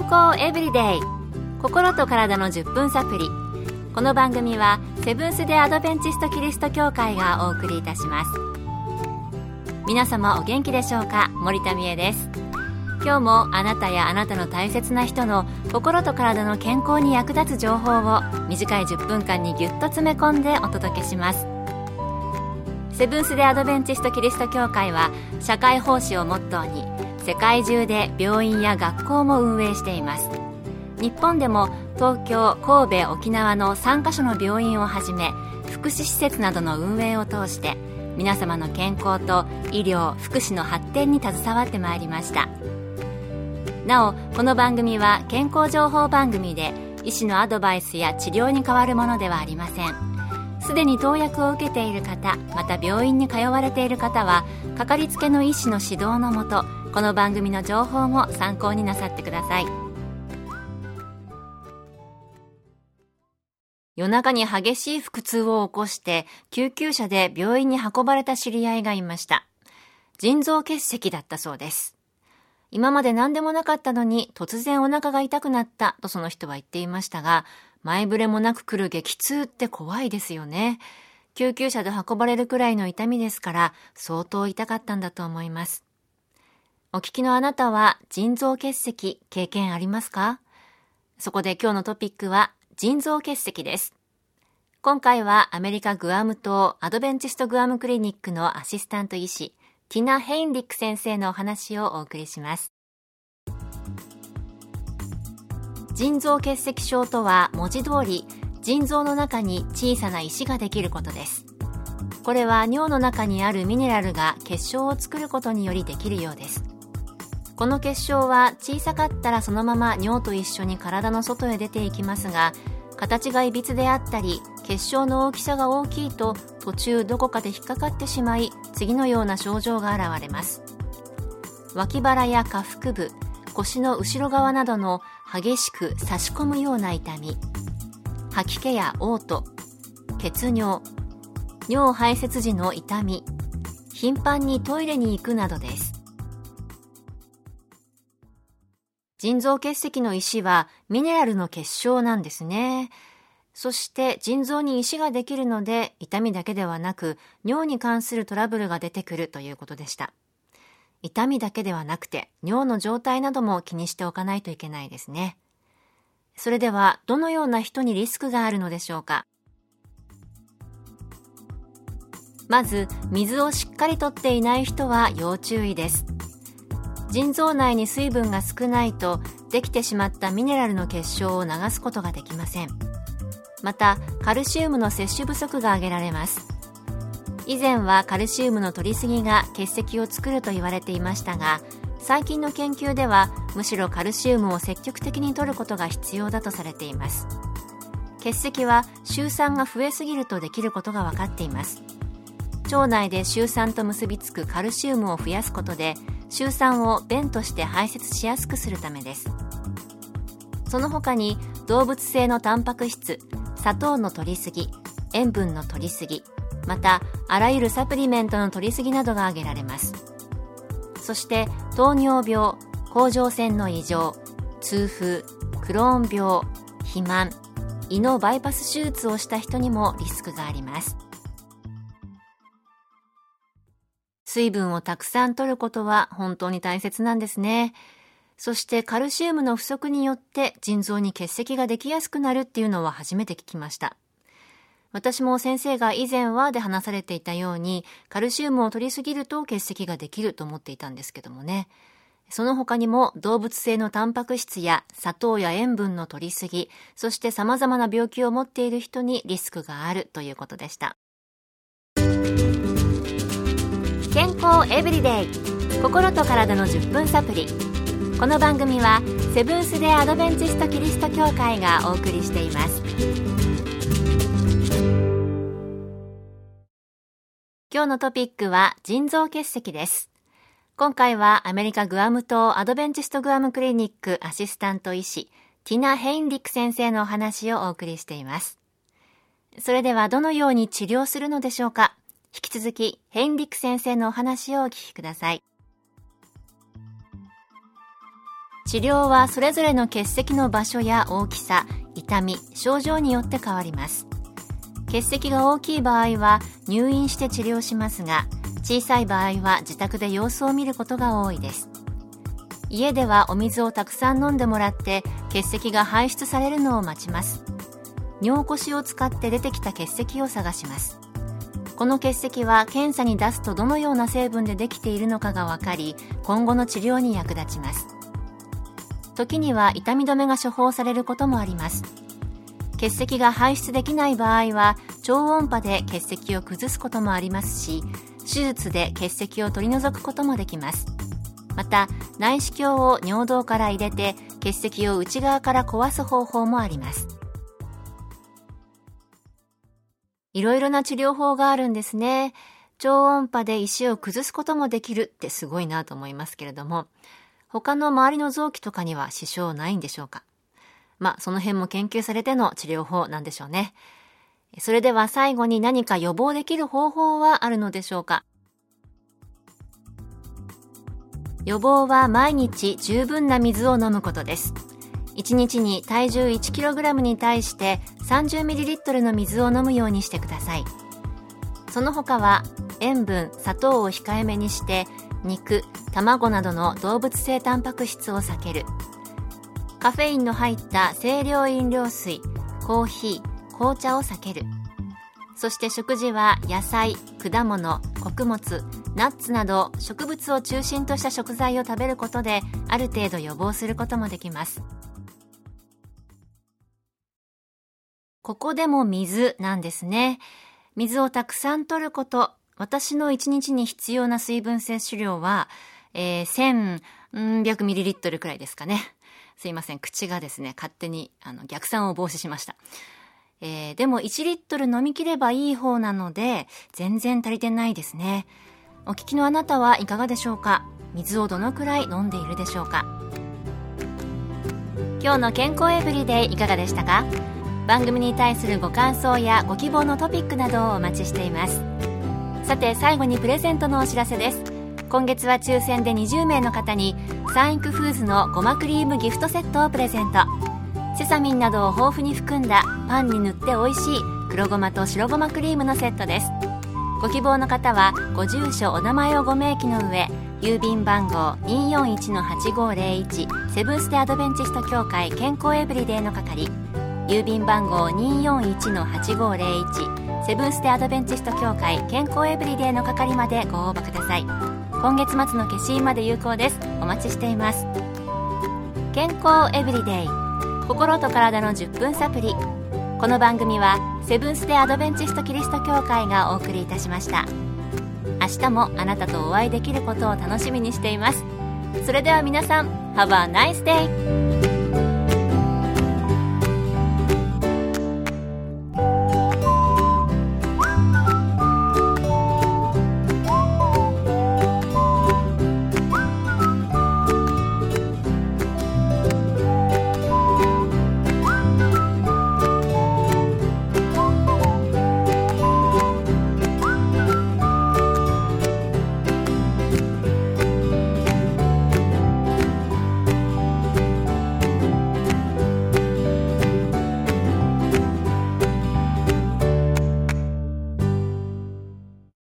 康エブリデイ、心と体の10分サプリ。この番組はセブンス・デ・アドベンチスト・キリスト教会がお送りいたします。皆様お元気でしょうか。森田美恵です。今日もあなたやあなたの大切な人の心と体の健康に役立つ情報を短い10分間にぎゅっと詰め込んでお届けします。セブンス・デ・アドベンチスト・キリスト教会は社会奉仕をモットーに世界中で病院や学校も運営しています。日本でも東京、神戸、沖縄の3カ所の病院をはじめ福祉施設などの運営を通して皆様の健康と医療・福祉の発展に携わってまいりました。なお、この番組は健康情報番組で医師のアドバイスや治療に代わるものではありません。すでに投薬を受けている方、また病院に通われている方はかかりつけの医師の指導のもと、この番組の情報も参考になさってください。夜中に激しい腹痛を起こして救急車で病院に運ばれた知り合いがいました。腎臓結石だったそうです。今まで何でもなかったのに突然お腹が痛くなったとその人は言っていましたが、前触れもなく来る激痛って怖いですよね。救急車で運ばれるくらいの痛みですから相当痛かったんだと思います。お聞きのあなたは腎臓結石経験ありますか？そこで今日のトピックは腎臓結石です。今回はアメリカグアム島アドベンチストグアムクリニックのアシスタント医師ティナ・ヘインリック先生のお話をお送りします。腎臓結石症とは文字通り腎臓の中に小さな石ができることです。これは尿の中にあるミネラルが結晶を作ることによりできるようです。この結晶は小さかったらそのまま尿と一緒に体の外へ出ていきますが、形がいびつであったり結晶の大きさが大きいと途中どこかで引っかかってしまい次のような症状が現れます。脇腹や下腹部、腰の後ろ側などの激しく差し込むような痛み、吐き気や嘔吐、血尿、尿排泄時の痛み、頻繁にトイレに行くなどです。腎臓結石の石はミネラルの結晶なんですね。そして腎臓に石ができるので痛みだけではなく尿に関するトラブルが出てくるということでした。痛みだけではなくて尿の状態なども気にしておかないといけないですね。それではどのような人にリスクがあるのでしょうか。まず水をしっかりとっていない人は要注意です。腎臓内に水分が少ないとできてしまったミネラルの結晶を流すことができません。またカルシウムの摂取不足が挙げられます。以前はカルシウムの摂りすぎが結石を作ると言われていましたが、最近の研究ではむしろカルシウムを積極的に摂ることが必要だとされています。結石はシュウ酸が増えすぎるとできることが分かっています。腸内でシュウ酸と結びつくカルシウムを増やすことでシュウ酸を便として排泄しやすくするためです。その他に動物性のタンパク質、砂糖の摂りすぎ、塩分の摂りすぎ、またあらゆるサプリメントの摂りすぎなどが挙げられます。そして糖尿病、甲状腺の異常、痛風、クローン病、肥満、胃のバイパス手術をした人にもリスクがあります。水分をたくさん摂ることは本当に大切なんですね。そしてカルシウムの不足によって腎臓に結石ができやすくなるっていうのは初めて聞きました。私も先生が以前はで話されていたようにカルシウムを摂りすぎると結石ができると思っていたんですけどもね。その他にも動物性のタンパク質や砂糖や塩分の摂りすぎ、そして様々な病気を持っている人にリスクがあるということでした。健康エブリデイ、心と体の10分サプリ。この番組はセブンス・デ・アドベンチスト・キリスト教会がお送りしています。今日のトピックは腎臓結石です。今回はアメリカグアム島アドベンチストグアムクリニックアシスタント医師ティナ・ヘインリック先生のお話をお送りしています。それではどのように治療するのでしょうか。引き続きヘインリック先生のお話をお聞きください。 治療はそれぞれの結石の場所や大きさ、痛み、症状によって変わります。結石が大きい場合は入院して治療しますが、小さい場合は自宅で様子を見ることが多いです。家ではお水をたくさん飲んでもらって結石が排出されるのを待ちます。尿こしを使って出てきた結石を探します。この結石は検査に出すとどのような成分でできているのかが分かり、今後の治療に役立ちます。時には痛み止めが処方されることもあります。結石が排出できない場合は超音波で結石を崩すこともありますし、手術で結石を取り除くこともできます。また内視鏡を尿道から入れて結石を内側から壊す方法もあります。いろいろな治療法があるんですね。超音波で石を崩すこともできるってすごいなと思いますけれども、他の周りの臓器とかには支障ないんでしょうか。その辺も研究されての治療法なんでしょうね。それでは最後に何か予防できる方法はあるのでしょうか。予防は毎日十分な水を飲むことです。1日に体重 1kg に対して 30ml の水を飲むようにしてください。その他は塩分、砂糖を控えめにして肉、卵などの動物性タンパク質を避ける。カフェインの入った清涼飲料水、コーヒー、紅茶を避ける。そして食事は野菜、果物、穀物、ナッツなど植物を中心とした食材を食べることである程度予防することもできます。ここでも水なんですね。水をたくさん摂ること。私の1日に必要な水分摂取量は、1100ml くらいですかね。すいません、口がですね、勝手に逆算を防止しました。でも1リットル飲み切ればいい方なので全然足りてないですね。お聞きのあなたはいかがでしょうか。水をどのくらい飲んでいるでしょうか。今日の健康エブリデイいかがでしたか。番組に対するご感想やご希望のトピックなどをお待ちしています。さて最後にプレゼントのお知らせです。今月は抽選で20名の方にサンイクフーズのごまクリームギフトセットをプレゼント。セサミンなどを豊富に含んだパンに塗って美味しい黒ごまと白ごまクリームのセットです。ご希望の方はご住所お名前をご明記の上、郵便番号 241-8501 セブンス・テ・アドベンチスト協会健康エブリデイの係、郵便番号 241-8501 セブンス・テ・アドベンチスト協会健康エブリデイの係までご応募ください。今月末の消印まで有効です。お待ちしています。健康エブリデイ、心と体の10分サプリ。この番組はセブンス・テ・アドベンチストキリスト教会がお送りいたしました。明日もあなたとお会いできることを楽しみにしています。それでは皆さん、Have a nice day!